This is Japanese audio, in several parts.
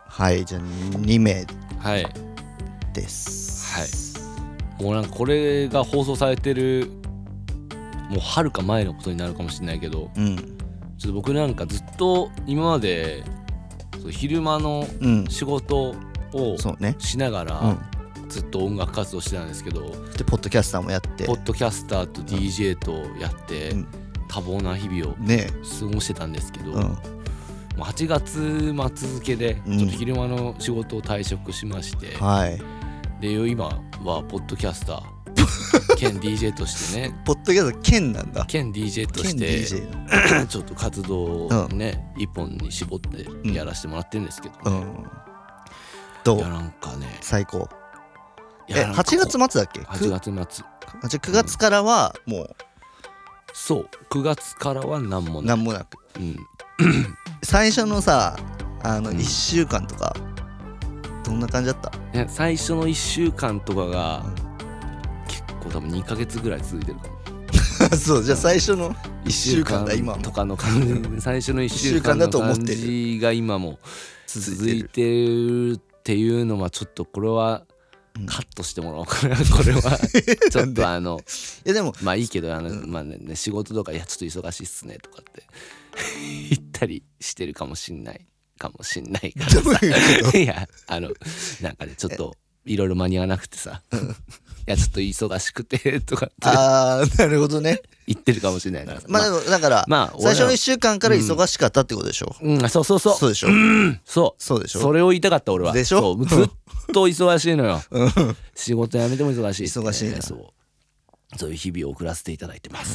はい、じゃあ2名はいです。 はい。もうなんかこれが放送されてるもうはるか前のことになるかもしれないけど、 うん、 ちょっと僕なんかずっと今まで昼間の仕事をしながらずっと音楽活動してたんですけど、 でポッドキャスターもやって、 ポッドキャスターと DJ とやって、多忙な日々を過ごしてたんですけど、8月末付けでちょっと昼間の仕事を退職しまして、で今はポッドキャスター兼 DJ としてねポッドキャスター兼なんだ、 兼 DJ としてちょっと活動をね、一本に絞ってやらせてもらってるんですけど、 どう？ いやなんかね最高。8月末だっけ ？8月末。 じゃあ9月からはもう、 そう9月からは何もなく、 最初のさ1週間とかどんな感じだった？ 最初の1週間とかが、結構多分2ヶ月ぐらい続いてるかもそう、じゃあ最初の1週間だ今とかの感じ最初の1週間の感じが今も続いてるっていうのはちょっとこれはカットしてもらおうかなこれはちょっといやでもまあいいけどまあね、仕事とかいやちょっと忙しいっすねとかって言ったりしてるかもしんないからさいやなんかねちょっといろいろ間に合わなくてさいやちょっと忙しくてとかってなるほどね言ってるかもしれないからまあでもだから最初の1週間から忙しかったってことでしょ。 そうそうでしょ。そうでしょ。 それを言いたかった俺は。 でしょ。 そうずっと忙しいのよ仕事辞めても忙しい忙しいね。 そういう日々を送らせていただいてます。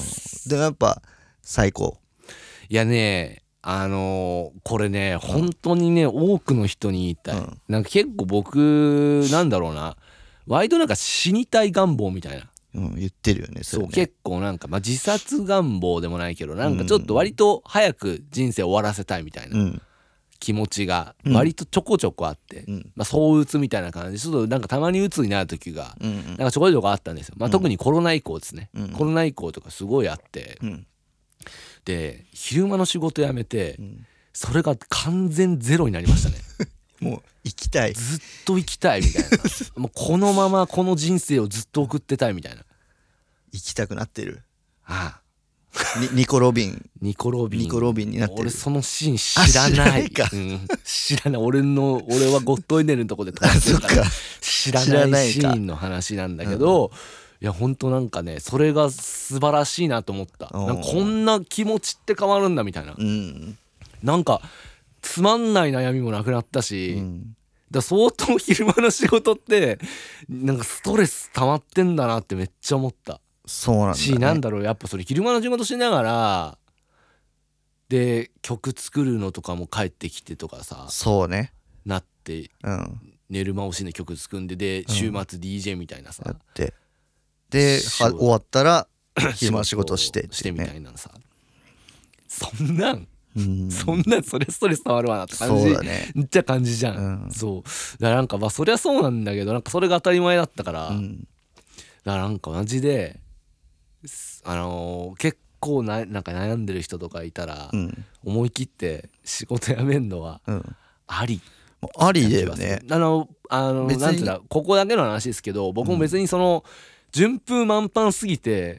でもやっぱ最高。 いやねこれね本当にね多くの人に言いたい。なんか結構僕なんだろうな割となんか死にたい願望みたいな。 言ってるよね。 そう結構なんか自殺願望でもないけどなんかちょっと割と早く人生終わらせたいみたいな気持ちが割とちょこちょこあって、そううつみたいな感じでちょっとなんかたまにうつになる時がなんかちょこちょこあったんですよ。特にコロナ以降ですね。コロナ以降とかすごいあって、で昼間の仕事辞めてそれが完全ゼロになりましたねもう行きたい、 ずっと行きたいみたいなもうこのままこの人生をずっと送ってたいみたいな。 行きたくなってる。ニコ・ロビンになってる。 俺そのシーン知らないか、知らない。俺はゴッドエネルのとこで止まってるから知らないシーンの話なんだけど、いやほんとなんかねそれが素晴らしいなと思った。なんかこんな気持ちって変わるんだみたいな、なんかつまんない悩みもなくなったし、だ相当昼間の仕事ってなんかストレス溜まってんだなってめっちゃ思った。 そうなんだね。 なんだろうやっぱそれ昼間の仕事しながらで曲作るのとかも帰ってきてとかさ、 そうねなって、寝る間惜しんで曲作んで週末 DJ みたいなさ、 で終わったら昼間仕事してみたいなさ、そんなんそれストレス溜まるわなって感じ。そうだね。めっちゃ感じじゃん。そうだからなんかそりゃそうなんだけどなんかそれが当たり前だったから、だからなんかマジで結構なんか悩んでる人とかいたら、思い切って仕事辞めんのはありだよね。 なんていうんだここだけの話ですけど僕も別にその順風満帆すぎて、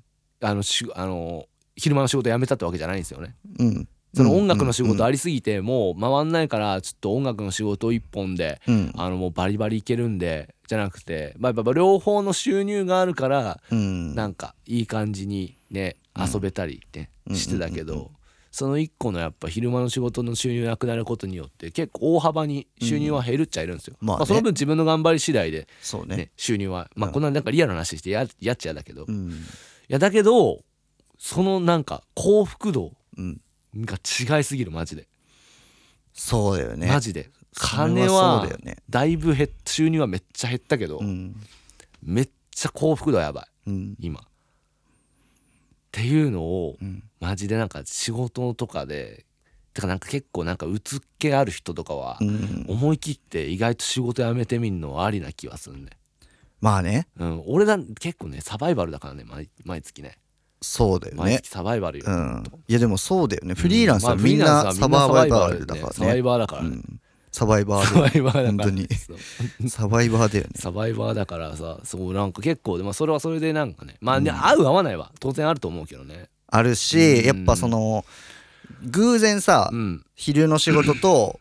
昼間の仕事辞めたってわけじゃないんですよね。その音楽の仕事ありすぎてもう回んないからちょっと音楽の仕事一本で、もうバリバリいけるんでじゃなくて、やっぱ両方の収入があるから、なんかいい感じにね遊べたりね、してたけど、その一個のやっぱ昼間の仕事の収入なくなることによって結構大幅に収入は減るっちゃいるんですよ。その分自分の頑張り次第で、収入はこんななんかリアルな話してやっちゃだけど、いやだけどそのなんか幸福度が違いすぎるマジで。 そうだよねマジで。金はだいぶ収入はめっちゃ減ったけど、めっちゃ幸福度はやばい、今っていうのを、マジでなんか仕事とかでてかなんか結構なんかうつっ気ある人とかは、思い切って意外と仕事辞めてみんのはありな気はするね。 まあね、 俺結構ねサバイバルだからね毎月ね。 そうだよね毎月サバイバルよ、 いやでもそうだよね。フリーランスはみんなサバイバルだからね。 サバイバーだからね、 サバイバーサバイバーだから本当にそうサバイバーだよね。 サバイバーだからさ、そうなんか結構でもそれはそれでなんかね、まあね、合う合わないは当然あると思うけどね。 あるし、やっぱその偶然さ、昼の仕事と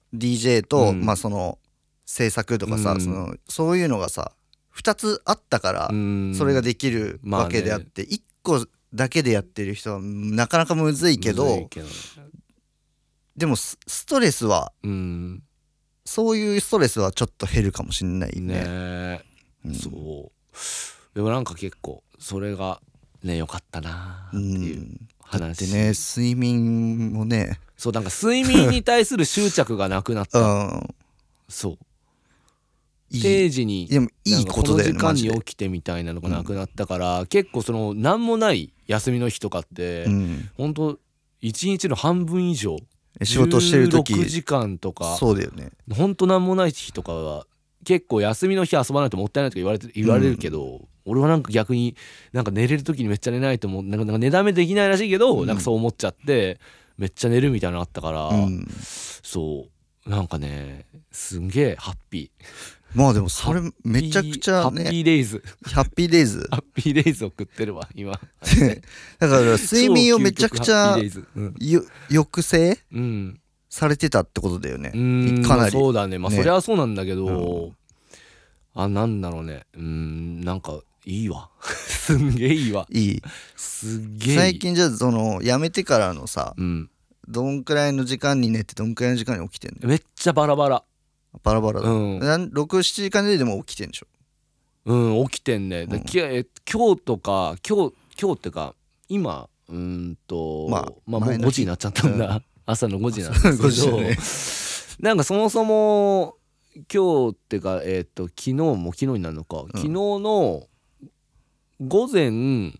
DJ と、まあその制作とかさ、そういうのがさ2つあったからそれができるわけであって、1個だけでやってる人はなかなかむずいけど、でもストレスは、そういうストレスはちょっと減るかもしんないね。 そうでもなんか結構それがね良かったなっていう話。 だってね、睡眠もね、 そうなんか睡眠に対する執着がなくなった。そう定時にでもいいことだよね、 この時間に起きてみたいなのがなくなったから、結構その何もない休みの日とかって、ほんと1日の半分以上仕事してる時 16時間とか、 そうだよね、 ほんと何もない日とかは結構休みの日遊ばないともったいないとか言われるけど、俺はなんか逆になんか寝れる時にめっちゃ寝ないと思う、なんか寝だめできないらしいけど、なんかそう思っちゃってめっちゃ寝るみたいなのあったから、そうなんかねすんげえハッピー。 まあでもそれめちゃくちゃね、 ハッピーデイズハッピーデイズハッピーデイズを食ってるわ今だから睡眠をめちゃくちゃ抑制されてたってことだよね、かなり。 そうだね、まあそりゃそうなんだけど、なんだろうね、なんかいいわすんげえいいわ、 いいすげえいい。 最近じゃあその辞めてからのさ、どんくらいの時間に寝てどんくらいの時間に起きてんの？ めっちゃバラバラだ、6、7時間でも起きてんでしょ。起きてんね。今日とか今日ってか今まあもう5時になっちゃったんだ、朝の5時なんですけどなんかそもそも今日ってか昨日になるのか、昨日の午前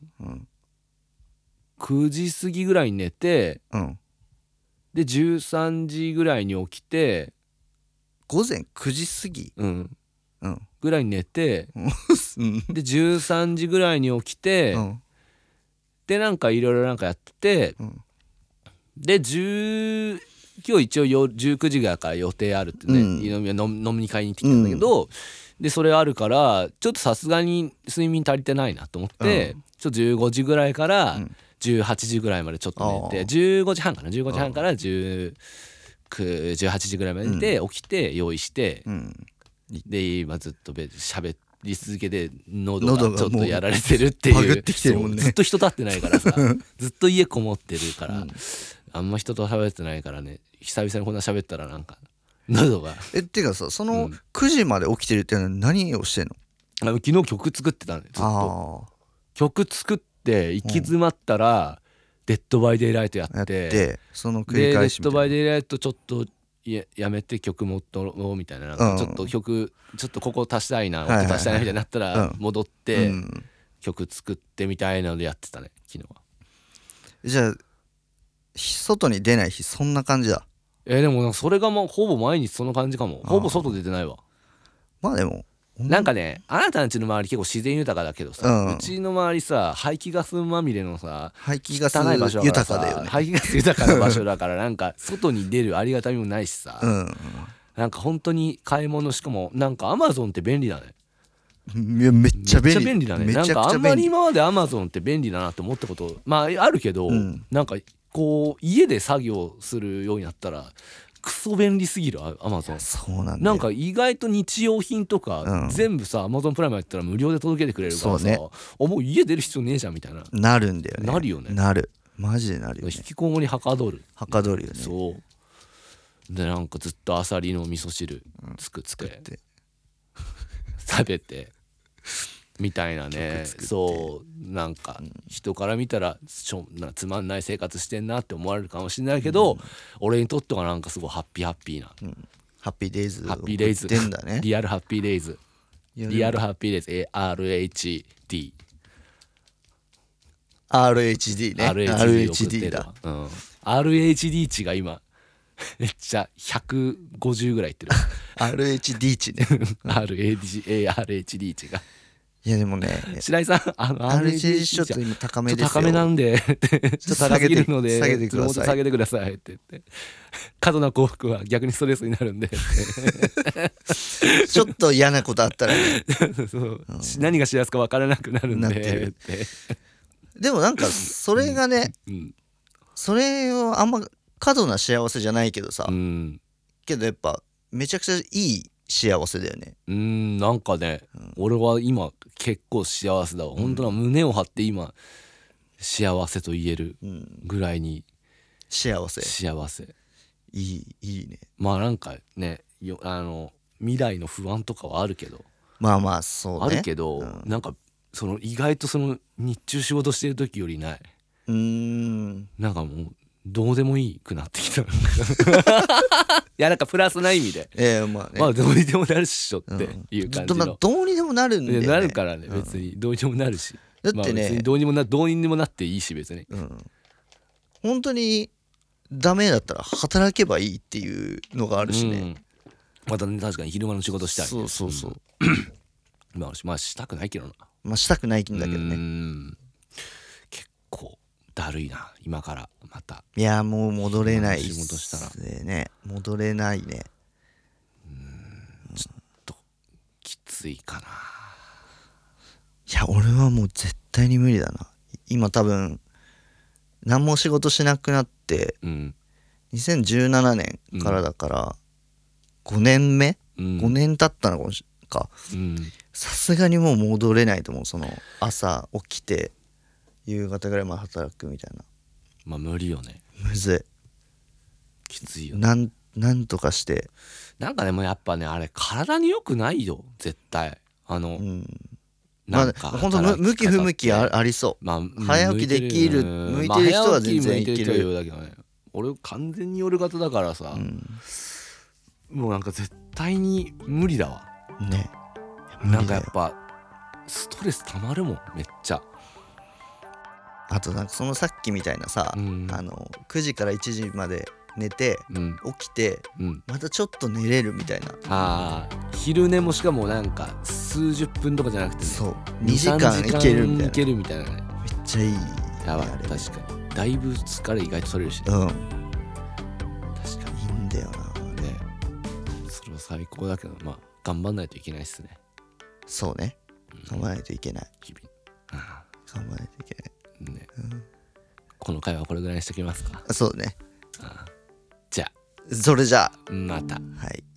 9時過ぎぐらいに寝て、で13時ぐらいに起きて、 午前9時過ぎぐらいに寝てで13時ぐらいに起きて、でなんかいろいろなんかやって、で今日一応19時から予定あるってね、飲みに買いに行ってきたんだけど、でそれあるからちょっとさすがに睡眠足りてないなと思って、ちょっと15時ぐらいから18時ぐらいまでちょっと寝て、15時半から18時ぐらいまで寝て起きて用意して、で今ずっと喋り続けて喉がちょっとやられてるっていう、ずっと人立ってないからさずっと家こもってるから、あんま人と喋ってないからね、久々にこんな喋ったらなんか喉がっていうかさ、その9時まで起きてるっていうのは何をしてんの？ 昨日曲作ってたんで、ずっと曲作って行き詰まったら、デッドバイデイライトやってその繰り返しみたいな。 デッドバイデイライトちょっとやめて曲も撮ろうみたいな、なんかちょっと曲ちょっとここ足したいな、音足したいなみたいになったら戻って曲作ってみたいなのでやってたね昨日は。 じゃあ外に出ない日そんな感じだ。 でもなんかそれがもうほぼ毎日その感じかも。ほぼ外出てないわ。 まあでもなんかね、あなたんちの周り結構自然豊かだけどさ、うちの周りさ排気ガスまみれのさ排気ガス汚い場所だからさ、 豊かだよね。 排気ガス豊かな場所だからなんか外に出るありがたみもないしさ、なんか本当に買い物、しかもなんかアマゾンって便利だね。 めっちゃ便利だね。なんかあんまり今までアマゾンって便利だなって思ったことまああるけど、なんかこう家で作業するようになったらクソ便利すぎるアマゾン。 そうなんだよ。 なんか意外と日用品とか、全部さアマゾンプライムやったら無料で届けてくれるからさ、もう家出る必要ねえじゃんみたいななるんだよね。 なるよね。 なる、マジでなるよね。 引きこもりはかどるよね。 そうで、なんかずっとアサリの味噌汁作って食べてみたいなね。そうなんか人から見たらつまんない生活してんなって思われるかもしれないけど、俺にとってはなんかすごいハッピーなハッピーデイズハッピーデイズってんだね。 リアルハッピーデイズリアルハッピーデイズ RHD RHD ね。 RHD だ。RHD 値が今めっちゃ150ぐらいいってる RHD 値ね RHD 値がいやでもね白井さん RG ちょっと今高めですよ。 高めなんでちょっと高すぎるので下げてください。 もっと下げてくださいって言って過度な幸福は逆にストレスになるんでちょっと嫌なことあったらねそう、何が幸せか分からなくなるんでってでもなんかそれがね、それをあんま過度な幸せじゃないけどさ、けどやっぱめちゃくちゃいい幸せだよね。 なんかね、俺は今結構幸せだわ。本当は胸を張って今幸せと言えるぐらいに幸せいいね。 まあなんかね未来の不安とかはあるけどまあそうねあるけど、なんかその意外とその日中仕事してる時よりない。なんかもうどうでもいいくなってきたいやなんかプラスな意味でまあどうにでもなるっしょっていう感じの、 どうにでもなるんだよね。 なるからね別にどうにでもなるし、 だってね、 どうにでもなっていいし別に、 本当にダメだったら働けばいいっていうのがあるしね、 またね確かに昼間の仕事したい、 そう、 まあしたくないけどな。 まあしたくないんだけどね。 結構だるいな今からまた。 いやもう戻れない仕事したらね、戻れないね。 ちょっときついかな。 いや俺はもう絶対に無理だな。今多分何も仕事しなくなって、2017年からだから5年目、5年経ったのか、さすがにもう戻れないと思う。その朝起きて夕方ぐらいまで働くみたいな。 まあ無理よね。 むずい、きついよね。 なんとかして。 なんかでもやっぱねあれ体に良くないよ絶対。 まあ本当向き不向きありそう。まあ早起きできる向いてる人は全然いける。 だけどね、俺完全に夜型だからさ、もうなんか絶対に無理だわね。 なんかやっぱストレスたまるもんめっちゃ。 あとなんかそのさっきみたいなさ、9時から1時まで寝て、起きて、またちょっと寝れるみたいな。 昼寝もしかもなんか数十分とかじゃなくて、ね、 そう2時間いけるみたいなね。 めっちゃいい。 やばい確かにだいぶ疲れ意外と取れるし、ね、確かにいいんだよな。 ねそれは最高だけどまあ頑張んないといけないっすね。 そうね、頑張らないといけない。 日々 頑張らないといけないね。この回はこれぐらいにしときますか。 そうね。 じゃあそれじゃあまた。 はい。